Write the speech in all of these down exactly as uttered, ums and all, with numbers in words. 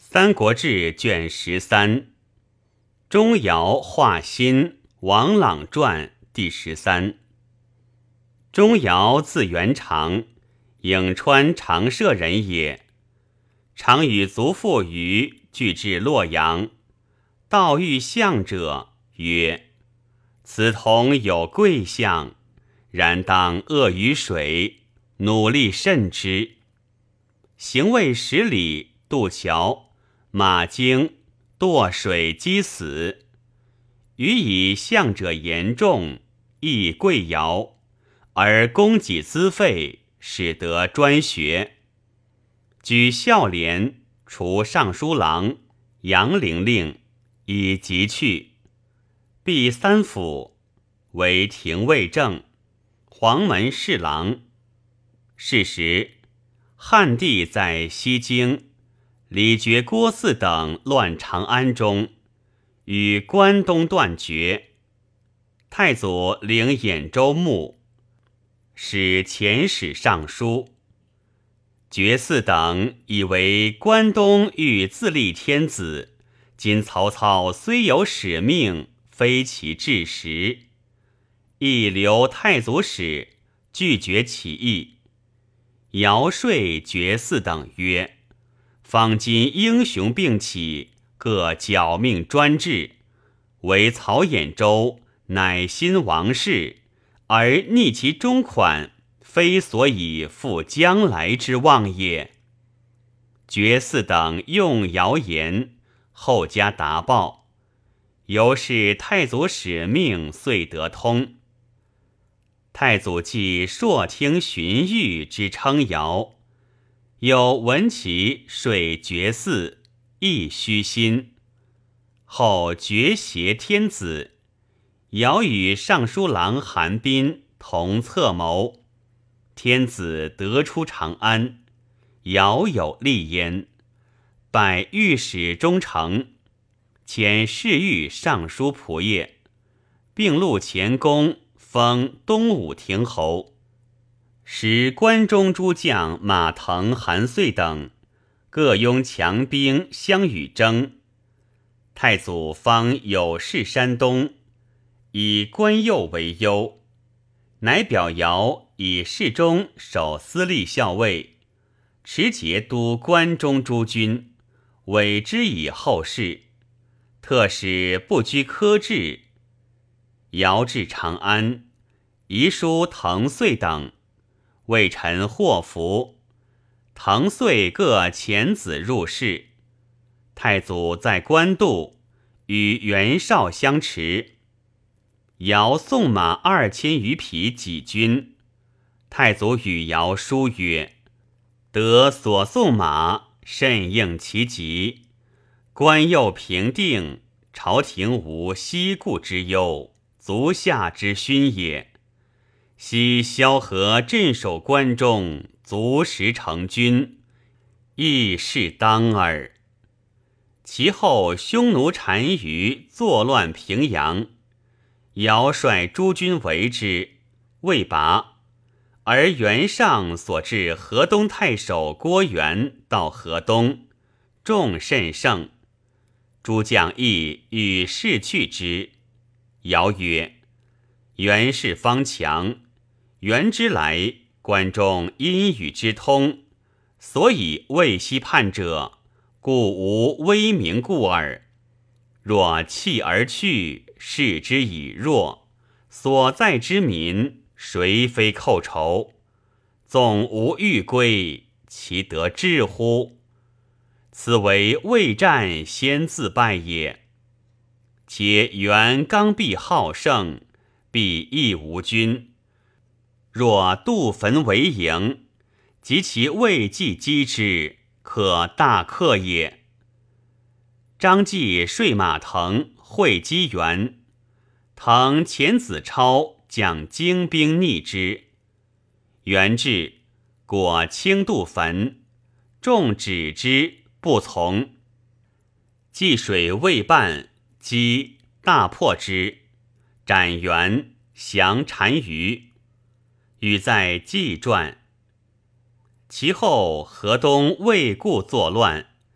三国志》卷十三，钟繇画新王朗传第十三。钟繇字元长，颍川长社人也。常与族父虞俱至洛阳，道遇相者，曰：“此童有贵相，然当恶于水，努力慎之。”行未十里，渡桥，马惊堕水击死。虞以相者严重，亦贵徭，而供给资费，使得专学。举孝廉，除尚书郎、杨陵令，以疾去。毕三府，为廷尉正、黄门侍郎。是时，汉帝在西京，李傕、郭汜等乱长安中，与关东断绝。太祖领兖州牧，使遣使上书。傕汜等以为关东欲自立天子，今曹操虽有使命，非其治时，亦留太祖使，拒绝起义。尧说傕汜等曰：“方今英雄并起，各剿命专制，唯曹兖州乃新王室，而逆其中款，非所以复将来之望也。”傕汜等用谣言，后加答报，由是太祖使命遂得通。太祖既朔听荀彧之称谣，有闻其说傕汜，亦虚心。后傕挟天子，尧与尚书郎韩彬同策谋，天子得出长安，尧有立焉，拜御史中丞，遣侍御尚书仆射，并录前功，封东武亭侯。使关中诸将马腾、韩遂等各拥强兵相与争。太祖方有事山东，以关右为忧，乃表尧以侍中守司隶校尉，持节都关中诸军，委之以后事。特使不拘苛制。尧至长安，遗书滕遂等，谓臣祸福。滕遂各遣子入室。太祖在官渡，与袁绍相持。尧送马二千余匹给军。太祖与尧书曰：“得所送马，甚应其急。关右平定，朝廷无西顾之忧，足下之勋也。昔萧何镇守关中，足食成军，亦是当耳。”其后匈奴单于作乱平阳，尧率诸军围之，未拔。而袁尚所至河东太守郭元到河东，众甚盛，诸将亦与士去之。尧曰：“袁氏方强，袁之来，关中因与之通，所以未西叛者，故无威名故耳。若弃而去，视之以弱，所在之民，谁非寇仇？纵无欲归，其得志乎？此为未战先自败也。且袁刚愎好胜，必亦无军。若渡汾为营，及其未济击之，可大克也。”张继说马腾会稽袁，腾遣子超将精兵逆之。袁至，果轻渡汾，众止之，不从。济水未半，击大破之，斩袁，降单于。语在纪传。其后河东魏固作乱，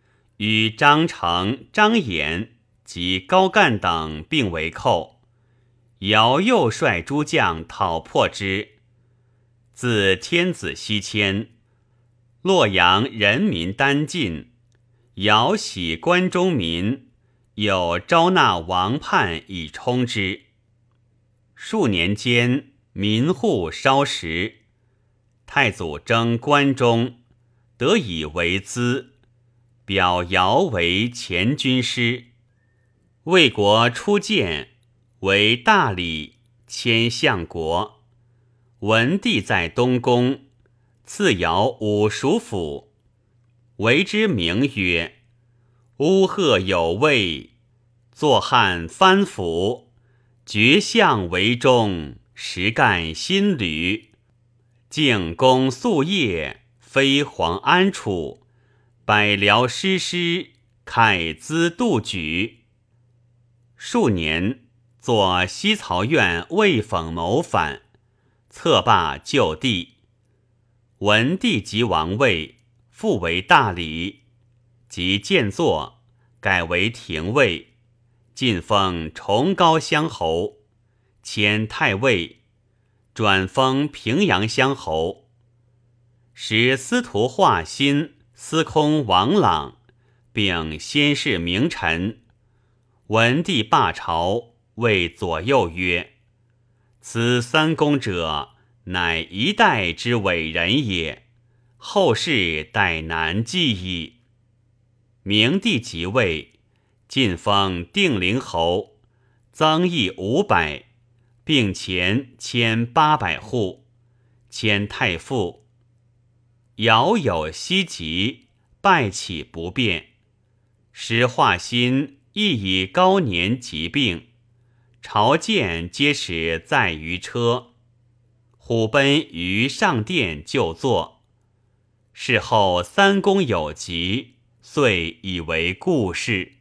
与张成、张衍及高干等并为寇。尧又率诸将讨破之。自天子西迁，洛阳人民单尽，尧喜关中民，有招纳王叛以充之。数年间，民户稍食。太祖征关中，得以为资，表尧为前军师。魏国初建，为大理，迁相国。文帝在东宫，赐尧五蜀府，为之名曰乌鹤有位，坐汉藩府，绝相为中，实干新旅，敬公肃业，飞黄安处，百僚师师，凯资杜举。数年，作西曹院魏讽谋反，策罢就地。文帝即王位，复为大理，即建作，改为廷尉，晋封崇高乡侯，迁太尉，转封平阳乡侯。使司徒华歆、司空王朗，并先世名臣。文帝罢朝，谓左右曰：此三公者，乃一代之伟人也，后世殆难继矣。明帝即位，晋封定陵侯，增邑五百，并前迁八百户，迁太傅。尧有西疾，败起不便，使华歆亦以高年疾病，朝见皆使载于车，虎奔于上殿就坐。事后三公有疾，遂以为故事。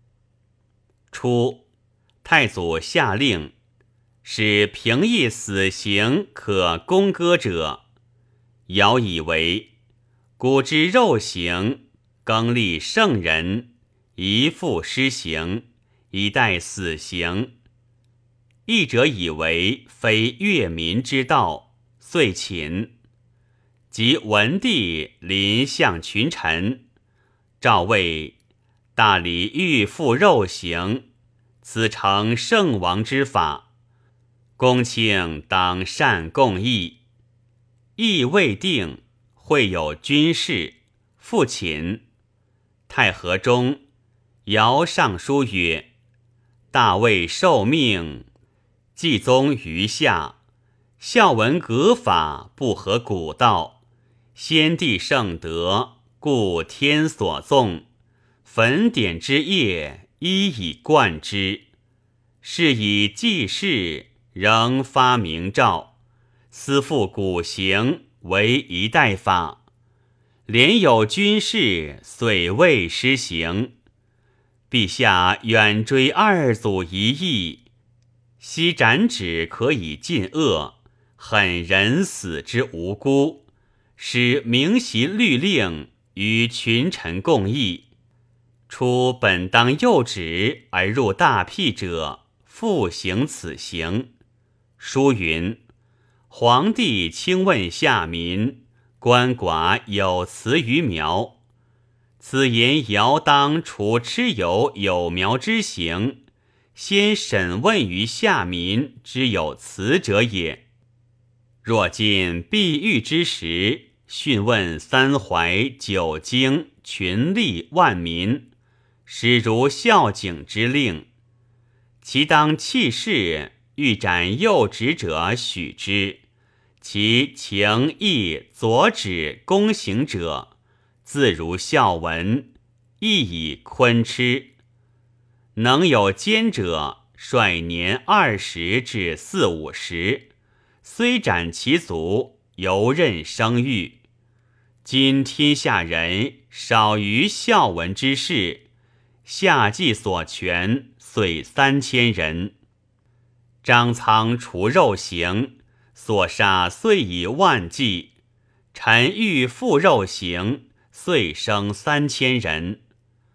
初，太祖下令，使平邑死刑可肱割者。尧以为古之肉刑，更立圣人，一复施行，以待死刑。义者以为非悦民之道，遂寝。及文帝临相群臣，诏谓大理欲复肉刑，此诚圣王之法，公卿当善共议。议未定，会有军事，复寝。太和中，尧上书曰：大魏受命，继宗于下，孝文革法，不合古道，先帝圣德，故天所纵，焚典之业，一以贯之。是以继世，仍发明诏，思复古行，为一代法。连有军事，遂未施行。陛下远追二祖一役，悉斩指可以尽恶，恨人死之无辜，使明习律令，与群臣共议。出本当诱止而入大辟者，复行此刑。书云：皇帝轻问下民，鳏寡有辞于苗。此言尧当除蚩尤有苗之刑，先审问于下民之有辞者也。若今必欲之时，讯问三淮九经群吏万民，使如孝景之令，其当弃市，欲斩诱止者许之，其情义左指公行者，自如孝文，亦以昆吃。能有奸者，率年二十至四五十，虽斩其族，犹任生育。今天下人少于孝文之事，下计所权，遂三千人。张苍除肉刑，所杀遂以万计。臣欲复肉刑，遂生三千人。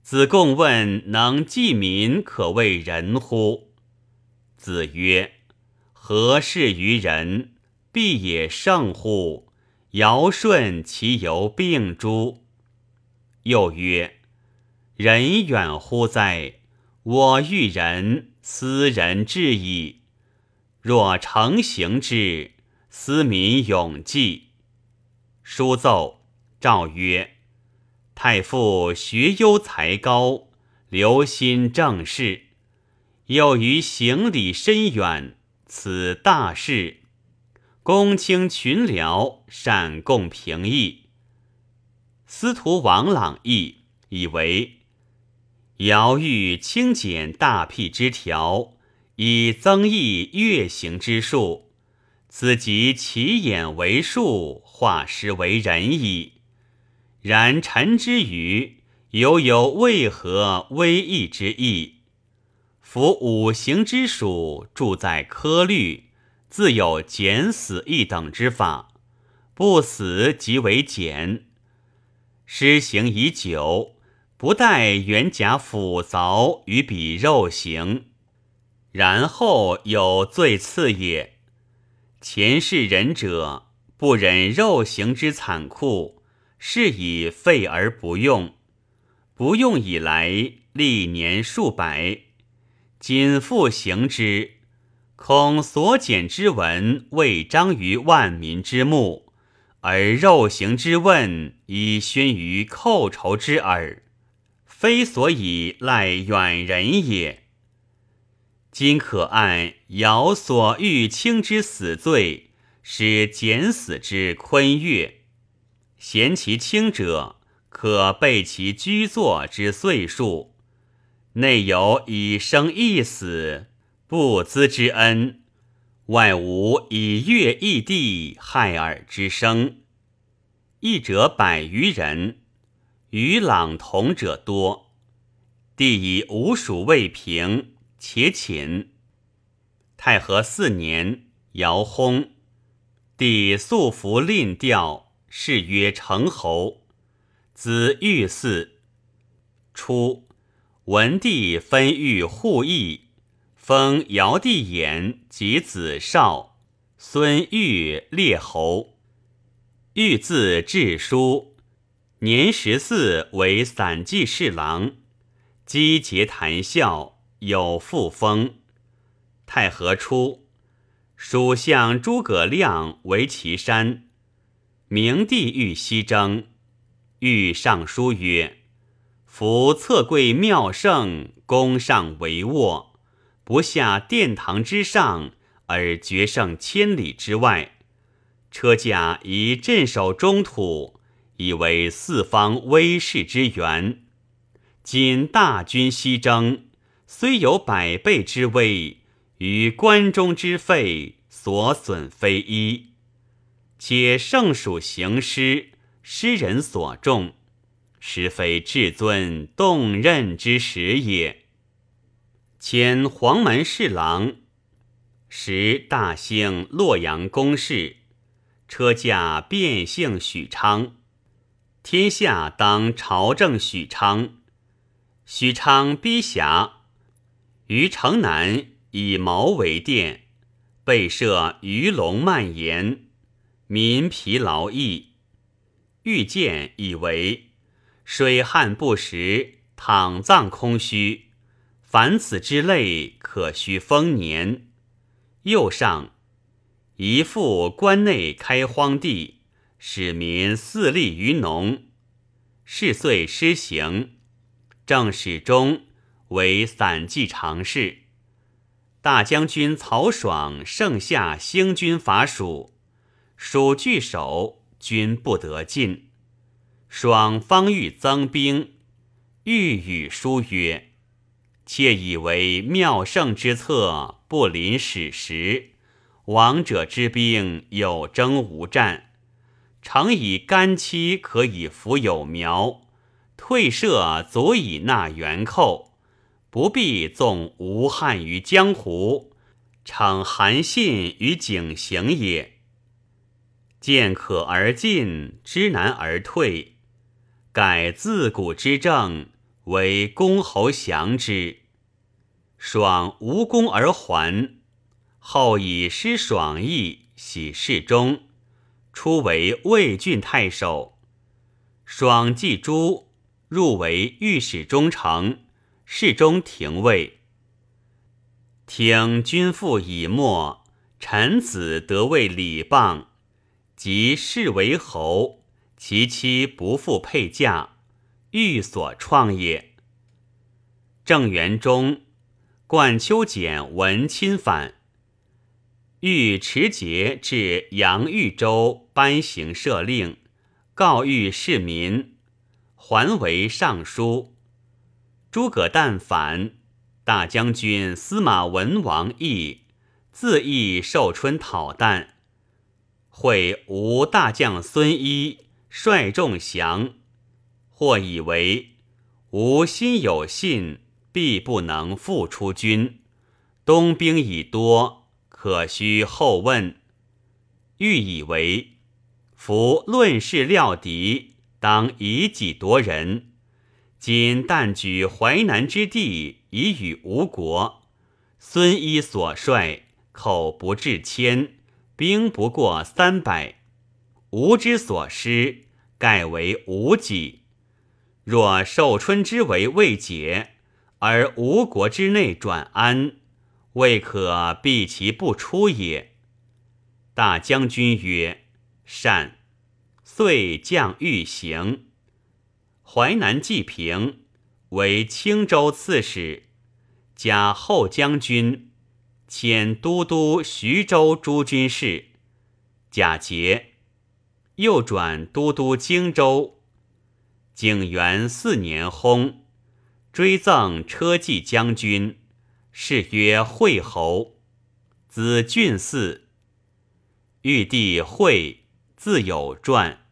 子贡问：能济民，可谓仁乎？子曰：何事于人？必也圣乎？尧舜其犹病诸？又曰：人远乎哉？我欲人，斯人至矣。若成行之，斯民永继。书奏，诏曰：太傅学优才高，留心正事，又于行礼深远，此大事。公卿群僚，善共平议。司徒王朗议，以为尧欲轻简大辟之条，以增益乐行之术，此即其眼为术，化师为人矣。然臣之语，犹有为何微异之意。夫五行之属，注在科律，自有减死一等之法，不死即为减。施行已久，不待元甲斧凿与彼肉刑，然后有罪次也。前世人者，不忍肉刑之残酷，是以废而不用。不用以来，历年数百，今复行之，恐所减之文未彰于万民之目，而肉刑之问已宣于寇仇之耳，非所以赖远人也。今可按尧所欲轻之死罪，使减死之昆乐，嫌其轻者，可备其居坐之岁数。内有以生一死，不资之恩，外无以乐异地，害耳之声。译者百余人，与朗同者多。帝以吴蜀未平，且寝。太和四年，尧薨，帝素服令调，谥曰成侯，子御嗣。初，文帝分御户邑，封尧帝衍及子少、孙玉列侯。玉字志书，年十四为散骑侍郎，积节谈笑，有复封。太和初，蜀相诸葛亮为岐山，明帝欲西征，欲上书曰：夫侧贵妙圣，宫上帷幄，不下殿堂之上，而决胜千里之外。车驾以镇守中土，以为四方威势之源。今大军西征，虽有百倍之威，于关中之费，所损非一。且圣属行师，诗人所重，实非至尊动任之时也。迁黄门侍郎，时大兴洛阳宫事，车驾变姓许昌，天下当朝政许昌。许昌逼辖，于城南以茅为殿，备设鱼龙蔓延，民疲劳役。欲见以为水旱不时，躺葬空虚，凡此之类，可须丰年。又上一复关内开荒地，使民四立于农。是岁施行，正史中为散骑常侍。大将军曹爽盛夏兴军伐蜀，蜀据守，军不得进。爽方欲增兵，欲与书曰：妾以为妙圣之策，不临史实，王者之兵有征无战，常以干期可以服有苗，退射足以纳元寇，不必纵吴汉于江湖，逞韩信于井陉也。见可而进，知难而退，改自古之政， 为公侯降之。爽无功而还，后以失爽义徙侍中，初为魏郡太守。爽继诛，入为御史中丞，侍中廷尉。听君父已没，臣子得为礼谤，即视为侯，其妻不复配嫁，欲所创也。正元中，冠丘俭闻亲反，欲持节至阳豫州颁行赦令，告谕市民，还为尚书。诸葛诞反，大将军司马文王义自诣寿春讨旦，会吴大将孙一率众降，或以为吴心有信，必不能复出军，东兵已多，可须后问。欲以为夫论事料敌，当以己夺人。今但举淮南之地以与吴国，孙一所率口不至千，兵不过三百，吴之所失，盖为吴己。若寿春之围未解，而吴国之内转安，未可避其不出也。大将军曰：善。遂将欲行。淮南济平，为青州刺史，加后将军，迁都督徐州诸军事。贾节，又转都督荆州。景元四年薨，追赠车骑将军，谥曰惠侯，子郡嗣。玉帝惠，字有传，